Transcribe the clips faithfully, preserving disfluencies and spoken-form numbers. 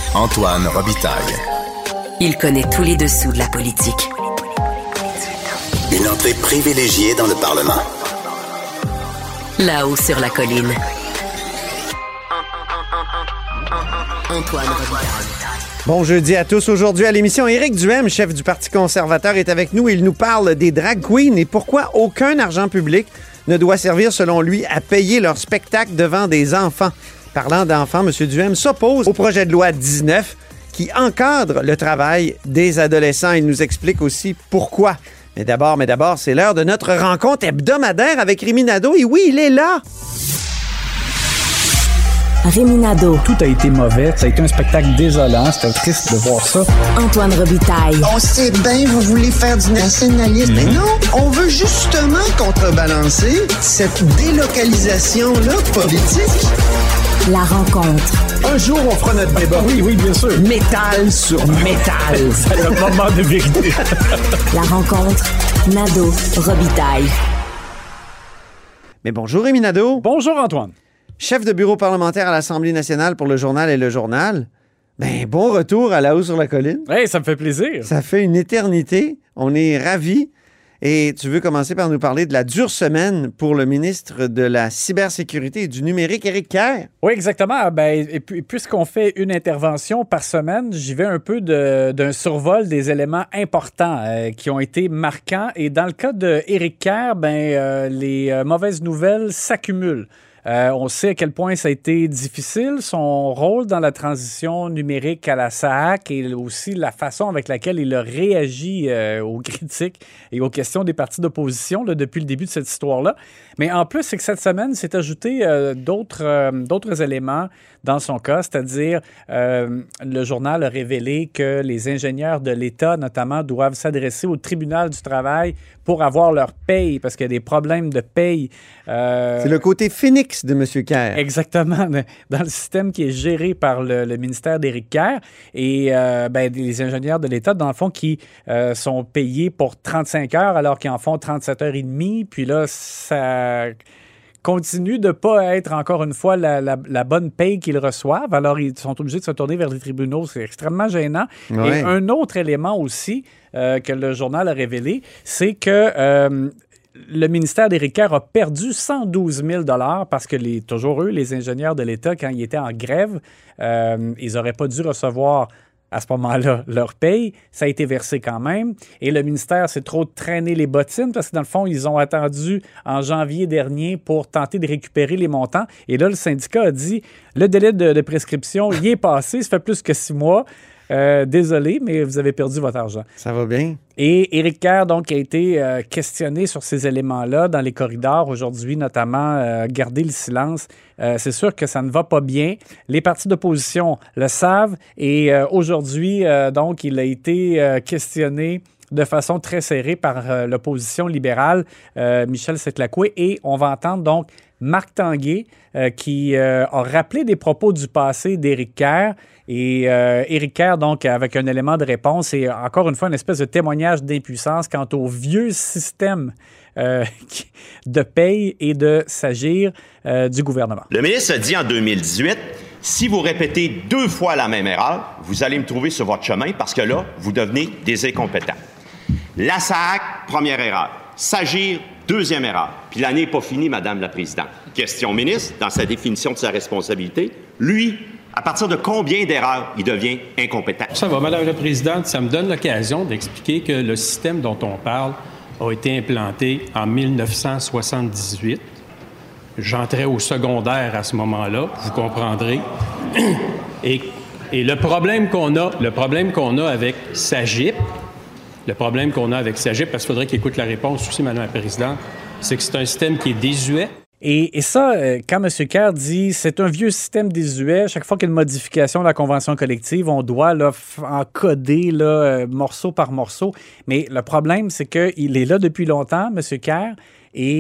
Antoine Robitaille. Il connaît tous les dessous de la politique. Une entrée privilégiée dans le Parlement. Là-haut sur la colline. Antoine Robitaille. Bon jeudi à tous. Aujourd'hui à l'émission, Éric Duhem, chef du Parti conservateur, est avec nous. Il nous parle des drag queens et pourquoi aucun argent public ne doit servir, selon lui, à payer leur spectacle devant des enfants. Parlant d'enfants, M. Duhem s'oppose au projet de loi dix-neuf qui encadre le travail des adolescents. Il nous explique aussi pourquoi. Mais d'abord, mais d'abord, c'est l'heure de notre rencontre hebdomadaire avec Rémi Nadeau. Et oui, il est là! Rémi Nadeau. Tout a été mauvais. Ça a été un spectacle désolant. C'était triste de voir ça. Antoine Robitaille. On sait bien, vous voulez faire du nationalisme. Mais non, on veut justement contrebalancer cette délocalisation-là politique. La rencontre. Un jour, on fera notre débat. Oui, oui, bien sûr. Métal sur métal. C'est le moment de vérité. La rencontre. Nadeau. Robitaille. Mais bonjour Rémi Nadeau. Bonjour Antoine. Chef de bureau parlementaire à l'Assemblée nationale pour le journal et le journal. Ben, bon retour à Là-haut sur la colline. Hey, ça me fait plaisir. Ça fait une éternité. On est ravis. Et tu veux commencer par nous parler de la dure semaine pour le ministre de la Cybersécurité et du Numérique, Éric Kerr. Oui, exactement. Ben, et puis, puisqu'on fait une intervention par semaine, j'y vais un peu de, d'un survol des éléments importants euh, qui ont été marquants. Et dans le cas d'Éric Kerr, ben, euh, les euh, mauvaises nouvelles s'accumulent. Euh, on sait à quel point ça a été difficile, son rôle dans la transition numérique à la S A C et aussi la façon avec laquelle il a réagi euh, aux critiques et aux questions des partis d'opposition là, depuis le début de cette histoire-là. Mais en plus, c'est que cette semaine s'est ajouté euh, d'autres, euh, d'autres éléments dans son cas, c'est-à-dire euh, le journal a révélé que les ingénieurs de l'État, notamment, doivent s'adresser au tribunal du travail pour avoir leur paye, parce qu'il y a des problèmes de paye. Euh, C'est le côté phénix de M. Kerr. Exactement, dans le système qui est géré par le, le ministère d'Éric Kerr. Et euh, ben, les ingénieurs de l'État, dans le fond, qui euh, sont payés pour trente-cinq heures alors qu'ils en font trente-sept heures et demie. Puis là, ça continue de ne pas être, encore une fois, la, la, la bonne paye qu'ils reçoivent. Alors, ils sont obligés de se tourner vers les tribunaux. C'est extrêmement gênant. Ouais. Et un autre élément aussi euh, que le journal a révélé, c'est que euh, le ministère d'Éric Kerr a perdu cent douze mille dollars parce que, les, toujours eux, les ingénieurs de l'État, quand ils étaient en grève, euh, ils n'auraient pas dû recevoir à ce moment-là, leur paye, ça a été versé quand même. Et le ministère s'est trop traîné les bottines parce que, dans le fond, ils ont attendu en janvier dernier pour tenter de récupérer les montants. Et là, le syndicat a dit, le délai de, de prescription, il est passé, ça fait plus que six mois. Euh, désolé, mais vous avez perdu votre argent. Ça va bien. Et Éric Kerr, donc, a été euh, questionné sur ces éléments-là dans les corridors aujourd'hui, notamment euh, garder le silence. Euh, c'est sûr que ça ne va pas bien. Les partis d'opposition le savent. Et euh, aujourd'hui, euh, donc, il a été euh, questionné de façon très serrée par euh, l'opposition libérale, euh, Michel Séclacoué. Et on va entendre donc Marc Tanguay, euh, qui euh, a rappelé des propos du passé d'Éric Kerr. Et euh, Éric Kerr, donc, avec un élément de réponse et encore une fois, une espèce de témoignage d'impuissance quant au vieux système euh, de paye et de s'agir euh, du gouvernement. Le ministre a dit en deux mille dix-huit, si vous répétez deux fois la même erreur, vous allez me trouver sur votre chemin parce que là, vous devenez des incompétents. La S A C, première erreur. S'agir, deuxième erreur. Puis l'année n'est pas finie, Madame la Présidente. Question au ministre, dans sa définition de sa responsabilité, lui, à partir de combien d'erreurs il devient incompétent? Ça va, Madame la Présidente. Ça me donne l'occasion d'expliquer que le système dont on parle a été implanté en mille neuf cent soixante-dix-huit. J'entrais au secondaire à ce moment-là, vous comprendrez. Et, et le problème qu'on a, le problème qu'on a avec SAGIP, le problème qu'on a avec SAGIP, parce qu'il faudrait qu'il écoute la réponse aussi, Madame la Présidente, c'est que c'est un système qui est désuet. Et, et ça, quand M. Kerr dit c'est un vieux système désuet, chaque fois qu'il y a une modification de la convention collective, on doit là, encoder là, morceau par morceau. Mais le problème, c'est qu'il est là depuis longtemps, M. Kerr, et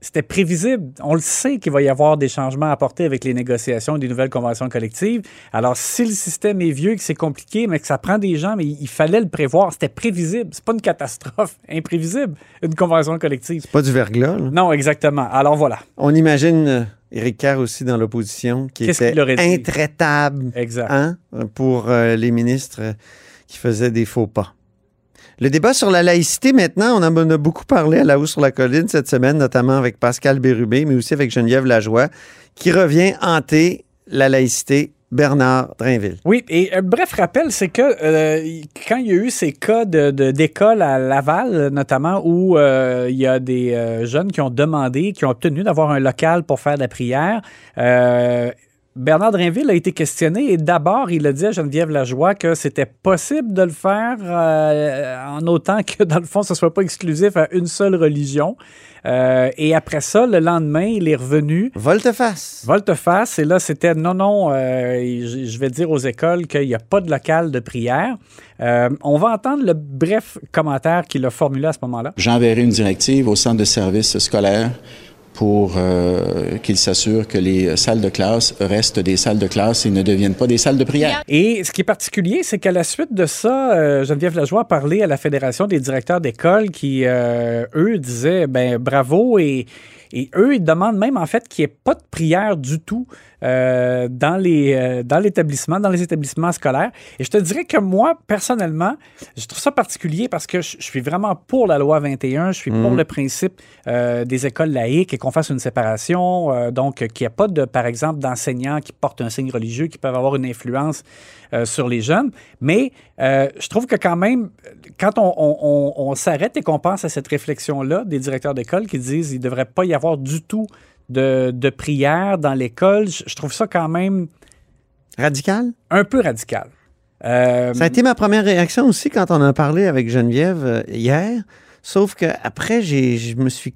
c'était prévisible. On le sait qu'il va y avoir des changements à apporter avec les négociations des nouvelles conventions collectives. Alors, si le système est vieux, que c'est compliqué, mais que ça prend des gens, mais il fallait le prévoir. C'était prévisible. C'est pas une catastrophe imprévisible, une convention collective. C'est pas du verglas, là. Non, exactement. Alors, voilà. On imagine euh, Éric Kerr aussi dans l'opposition, qui Qu'est-ce était qu'il aurait dit? intraitable Exact. hein, pour euh, les ministres euh, qui faisaient des faux pas. Le débat sur la laïcité, maintenant, on en a beaucoup parlé à La Haut sur la Colline cette semaine, notamment avec Pascal Bérubé, mais aussi avec Geneviève Lajoie, qui revient hanter la laïcité. Bernard Drainville. Oui, et un bref rappel, c'est que euh, quand il y a eu ces cas de, de, d'école à Laval, notamment, où euh, il y a des euh, jeunes qui ont demandé, qui ont obtenu d'avoir un local pour faire de la prière, euh, Bernard Drainville a été questionné et d'abord, il a dit à Geneviève Lajoie que c'était possible de le faire euh, en autant que, dans le fond, ce ne soit pas exclusif à une seule religion. Euh, et après ça, le lendemain, il est revenu. Volte-face. Volte-face. Et là, c'était non, non, euh, je, je vais dire aux écoles qu'il n'y a pas de local de prière. Euh, on va entendre le bref commentaire qu'il a formulé à ce moment-là. J'enverrai une directive au centre de services scolaires pour euh, qu'ils s'assurent que les salles de classe restent des salles de classe et ne deviennent pas des salles de prière. Et ce qui est particulier, c'est qu'à la suite de ça, euh, Geneviève Lajoie a parlé à la Fédération des directeurs d'école qui, euh, eux, disaient ben bravo et, et eux, ils demandent même en fait qu'il n'y ait pas de prière du tout euh, dans, les, euh, dans l'établissement, dans les établissements scolaires. Et je te dirais que moi, personnellement, je trouve ça particulier parce que je, je suis vraiment pour la loi vingt et un, je suis mmh. pour le principe euh, des écoles laïques et qu'on fasse une séparation, euh, donc qu'il n'y ait pas, de, par exemple, d'enseignants qui portent un signe religieux qui peuvent avoir une influence euh, sur les jeunes. Mais euh, je trouve que quand même, quand on, on, on, on s'arrête et qu'on pense à cette réflexion-là des directeurs d'école qui disent qu'il ne devrait pas y avoir du tout de, de prière dans l'école, je, je trouve ça quand même... Radical? Un peu radical. Euh, ça a été ma première réaction aussi quand on a parlé avec Geneviève euh, hier, sauf qu'après, je me suis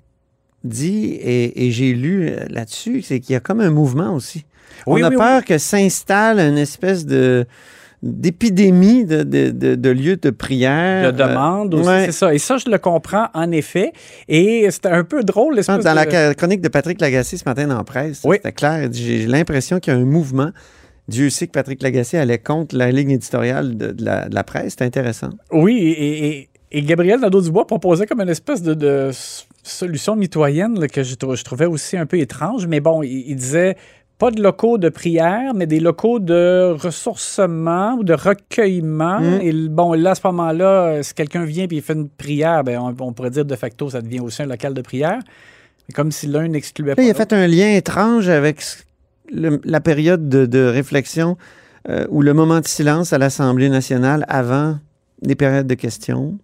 dit et, et j'ai lu euh, là-dessus, c'est qu'il y a comme un mouvement aussi. Oui, on a oui, peur oui. que s'installe une espèce de... d'épidémie de, de, de, de lieux de prière. De demande aussi, ouais. C'est ça. Et ça, je le comprends, en effet. Et c'était un peu drôle. Dans de... la chronique de Patrick Lagacé ce matin dans la presse, oui. c'était clair. J'ai l'impression qu'il y a un mouvement. Dieu sait que Patrick Lagacé allait contre la ligne éditoriale de, de, la, de la presse. C'est intéressant. Oui, et, et, et Gabriel Nadeau-Dubois proposait comme une espèce de, de solution mitoyenne là, que je, je trouvais aussi un peu étrange. Mais bon, il, il disait... Pas de locaux de prière, mais des locaux de ressourcement ou de recueillement. Mmh. Et bon, là, à ce moment-là, si quelqu'un vient et il fait une prière, ben, on, on pourrait dire de facto, ça devient aussi un local de prière. Mais comme si l'un n'excluait là, pas il a l'autre. fait un lien étrange avec le, la période de, de réflexion euh, ou le moment de silence à l'Assemblée nationale avant les périodes de questions.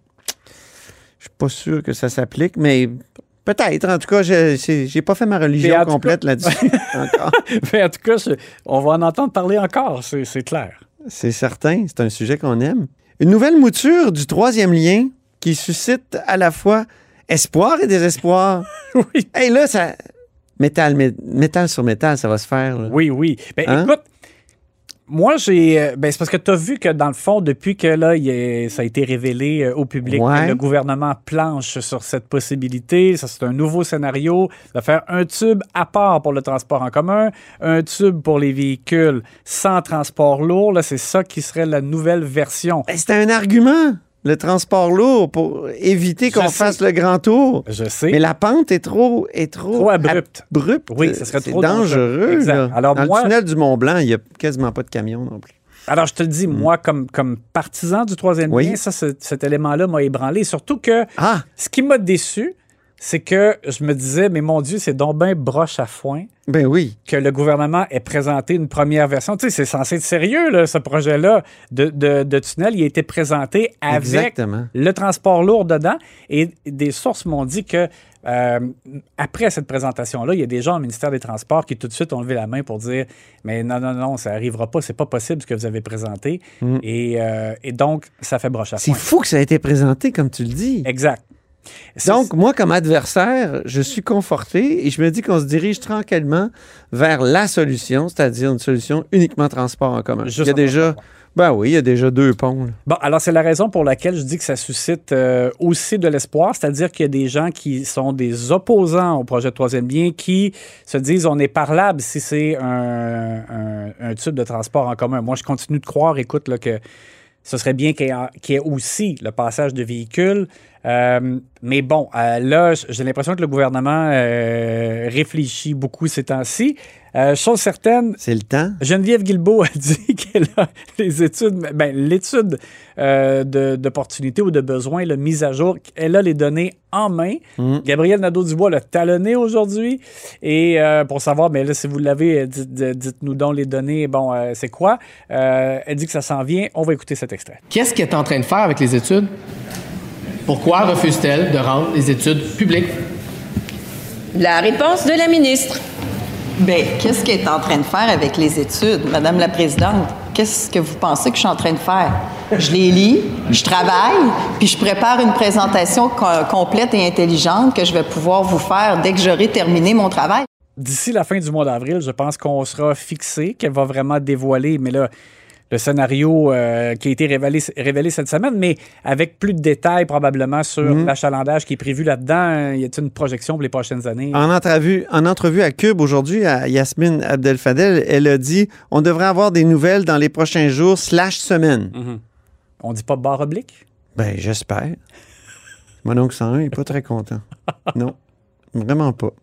Je suis pas sûr que ça s'applique, mais... Peut-être. En tout cas, je n'ai pas fait ma religion complète cas, là-dessus encore. Mais en tout cas, je, on va en entendre parler encore, c'est, c'est clair. C'est certain. C'est un sujet qu'on aime. Une nouvelle mouture du troisième lien qui suscite à la fois espoir et désespoir. Oui. Hey, là, ça... Métal, mé... métal sur métal, ça va se faire. Là. Oui, oui. Ben, hein? Écoute, moi, j'ai. Ben, c'est parce que tu as vu que, dans le fond, depuis que là, il est, ça a été révélé au public, ouais. que le gouvernement planche sur cette possibilité. Ça, c'est un nouveau scénario de faire un tube à part pour le transport en commun, un tube pour les véhicules sans transport lourd. Là, c'est ça qui serait la nouvelle version. Ben, c'est un argument. Le transport lourd pour éviter qu'on Je fasse sais. le grand tour. Je sais. Mais la pente est trop, est trop, trop abrupte. abrupte. Oui, ça serait c'est trop dangereux. Exact. Là. Alors, Dans moi, le tunnel du Mont-Blanc, il n'y a quasiment pas de camion non plus. Alors, je te le dis, mm. moi, comme, comme partisan du troisième oui. lien, ça, ce, cet élément-là m'a ébranlé. Surtout que ah. ce qui m'a déçu, c'est que je me disais, mais mon Dieu, c'est donc ben broche à foin. Ben oui. Que le gouvernement ait présenté une première version. Tu sais, c'est censé être sérieux, là, ce projet-là de, de, de tunnel. Il a été présenté avec Exactement. le transport lourd dedans. Et des sources m'ont dit que euh, après cette présentation-là, il y a des gens au ministère des Transports qui tout de suite ont levé la main pour dire « Mais non, non, non, ça n'arrivera pas. C'est pas possible ce que vous avez présenté. Mm. » Et, euh, et donc, ça fait broche à foin. C'est fou que ça a été présenté, comme tu le dis. Exact. Donc, moi, comme adversaire, je suis conforté et je me dis qu'on se dirige tranquillement vers la solution, c'est-à-dire une solution uniquement transport en commun. Juste il y a déjà... Ben oui, il y a déjà deux ponts. Là. Bon, alors c'est la raison pour laquelle je dis que ça suscite euh, aussi de l'espoir, c'est-à-dire qu'il y a des gens qui sont des opposants au projet de troisième lien qui se disent on est parlable si c'est un, un, un type de transport en commun. Moi, je continue de croire, écoute, là, que ce serait bien qu'il y ait, qu'il y ait aussi le passage de véhicules. Euh, mais bon, euh, là, j'ai l'impression que le gouvernement euh, réfléchit beaucoup ces temps-ci. Euh, chose certaine... C'est le temps. Geneviève Guilbeault a dit qu'elle a les études... Ben, l'étude euh, de, d'opportunité ou de besoin, la mise à jour, elle a les données en main. Mmh. Gabriel Nadeau-Dubois l'a talonné aujourd'hui. Et euh, pour savoir, mais là, si vous l'avez, dites, dites-nous donc les données. Bon, euh, c'est quoi? Euh, elle dit que ça s'en vient. On va écouter cet extrait. Qu'est-ce qu'elle est en train de faire avec les études? Pourquoi refuse-t-elle de rendre les études publiques? La réponse de la ministre. Bien, qu'est-ce qu'elle est en train de faire avec les études, Madame la Présidente? Qu'est-ce que vous pensez que je suis en train de faire? Je les lis, je travaille, puis je prépare une présentation co- complète et intelligente que je vais pouvoir vous faire dès que j'aurai terminé mon travail. D'ici la fin du mois d'avril, je pense qu'on sera fixé, qu'elle va vraiment dévoiler, mais là, le scénario euh, qui a été révélé, révélé cette semaine, mais avec plus de détails probablement sur mmh. l'achalandage qui est prévu là-dedans. Y a-t-il une projection pour les prochaines années? En entrevue, en entrevue à Cube aujourd'hui, à Yasmine Abdel-Fadel, elle a dit « On devrait avoir des nouvelles dans les prochains jours slash semaines. Mmh. » On dit pas barre oblique? Ben, j'espère. Mon oncle cent un n'est pas très content. Non, vraiment pas.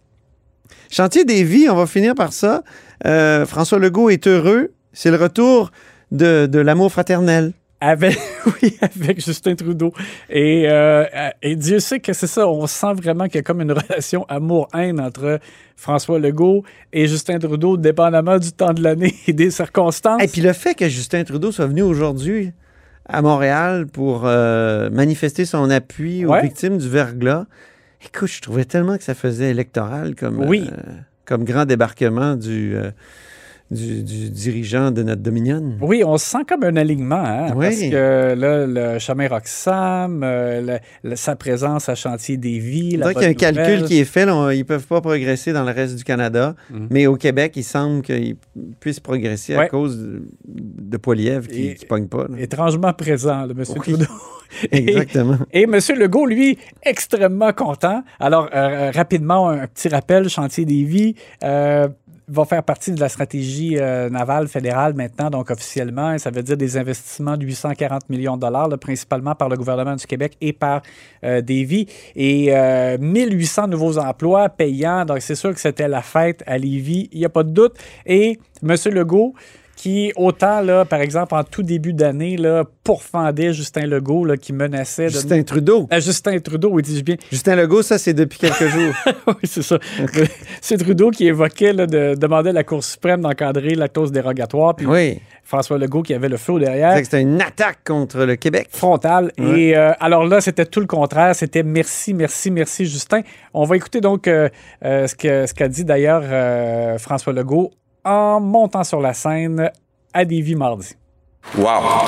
Chantier des vies, on va finir par ça. Euh, François Legault est heureux. C'est le retour de, de l'amour fraternel. Avec, oui, avec Justin Trudeau. Et, euh, et Dieu sait que c'est ça, on sent vraiment qu'il y a comme une relation amour-haine entre François Legault et Justin Trudeau, dépendamment du temps de l'année et des circonstances. Et puis le fait que Justin Trudeau soit venu aujourd'hui à Montréal pour euh, manifester son appui aux ouais. victimes du verglas, écoute, je trouvais tellement que ça faisait électoral comme, oui. euh, comme grand débarquement du... Euh, Du, du dirigeant de notre Dominion. Oui, on se sent comme un alignement, hein, oui. parce que là, le chemin Roxham, euh, le, le, sa présence à Chantier des Vies, la Donc, il y a un nouvelle. calcul qui est fait. Là, on, ils ne peuvent pas progresser dans le reste du Canada, mm. mais au Québec, il semble qu'ils puissent progresser ouais. à cause de, de Poilievre qui ne pogne pas. Là. Étrangement présent, le M. Oui. Trudeau. Exactement. Et, et M. Legault, lui, extrêmement content. Alors, euh, rapidement, un petit rappel, Chantier des Vies... Euh, va faire partie de la stratégie euh, navale fédérale maintenant, donc officiellement. Ça veut dire des investissements de huit cent quarante millions de dollars, là, principalement par le gouvernement du Québec et par euh, Davie. Et euh, mille huit cents nouveaux emplois payants. Donc, c'est sûr que c'était la fête à Lévis. Il n'y a pas de doute. Et M. Legault, qui, autant, là, par exemple, en tout début d'année, là, pourfendait Justin Legault, là, qui menaçait... De... Justin Trudeau. Ah, Justin Trudeau, oui, dis-je bien. Justin Legault, ça, c'est depuis quelques jours. Oui, c'est ça. C'est Trudeau qui évoquait, là, de demander à la Cour suprême d'encadrer la clause dérogatoire. Puis oui. François Legault qui avait le feu derrière. C'est que c'était une attaque contre le Québec. Frontale. Oui. Et euh, alors là, c'était tout le contraire. C'était merci, merci, merci, Justin. On va écouter donc euh, euh, ce, que, ce qu'a dit d'ailleurs euh, François Legault en montant sur la scène à Lévis mardi. Wow!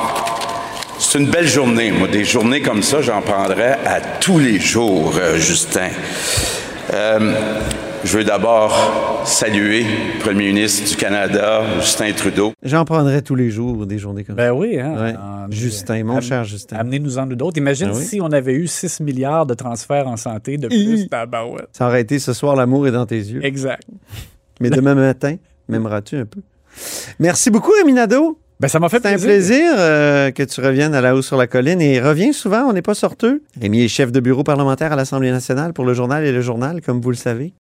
C'est une belle journée. Moi, des journées comme ça, j'en prendrais à tous les jours, euh, Justin. Euh, je veux d'abord saluer le premier ministre du Canada, Justin Trudeau. J'en prendrais tous les jours, des journées comme ben ça. Ben oui, hein? Ouais. En, Justin, mon am- cher Justin. Amenez-nous-en d'autres. Imagine ben oui. si on avait eu six milliards de transferts en santé de plus. Tabarouette. Ça aurait été ce soir, l'amour est dans tes yeux. Exact. Mais demain matin, m'aimeras-tu un peu? Merci beaucoup, Rémi Nadeau. Ben, ça m'a fait plaisir. C'est un plaisir euh, que tu reviennes à La Haut sur la Colline et reviens souvent, on n'est pas sorteux. Rémi est chef de bureau parlementaire à l'Assemblée nationale pour Le Journal et Le Journal, comme vous le savez.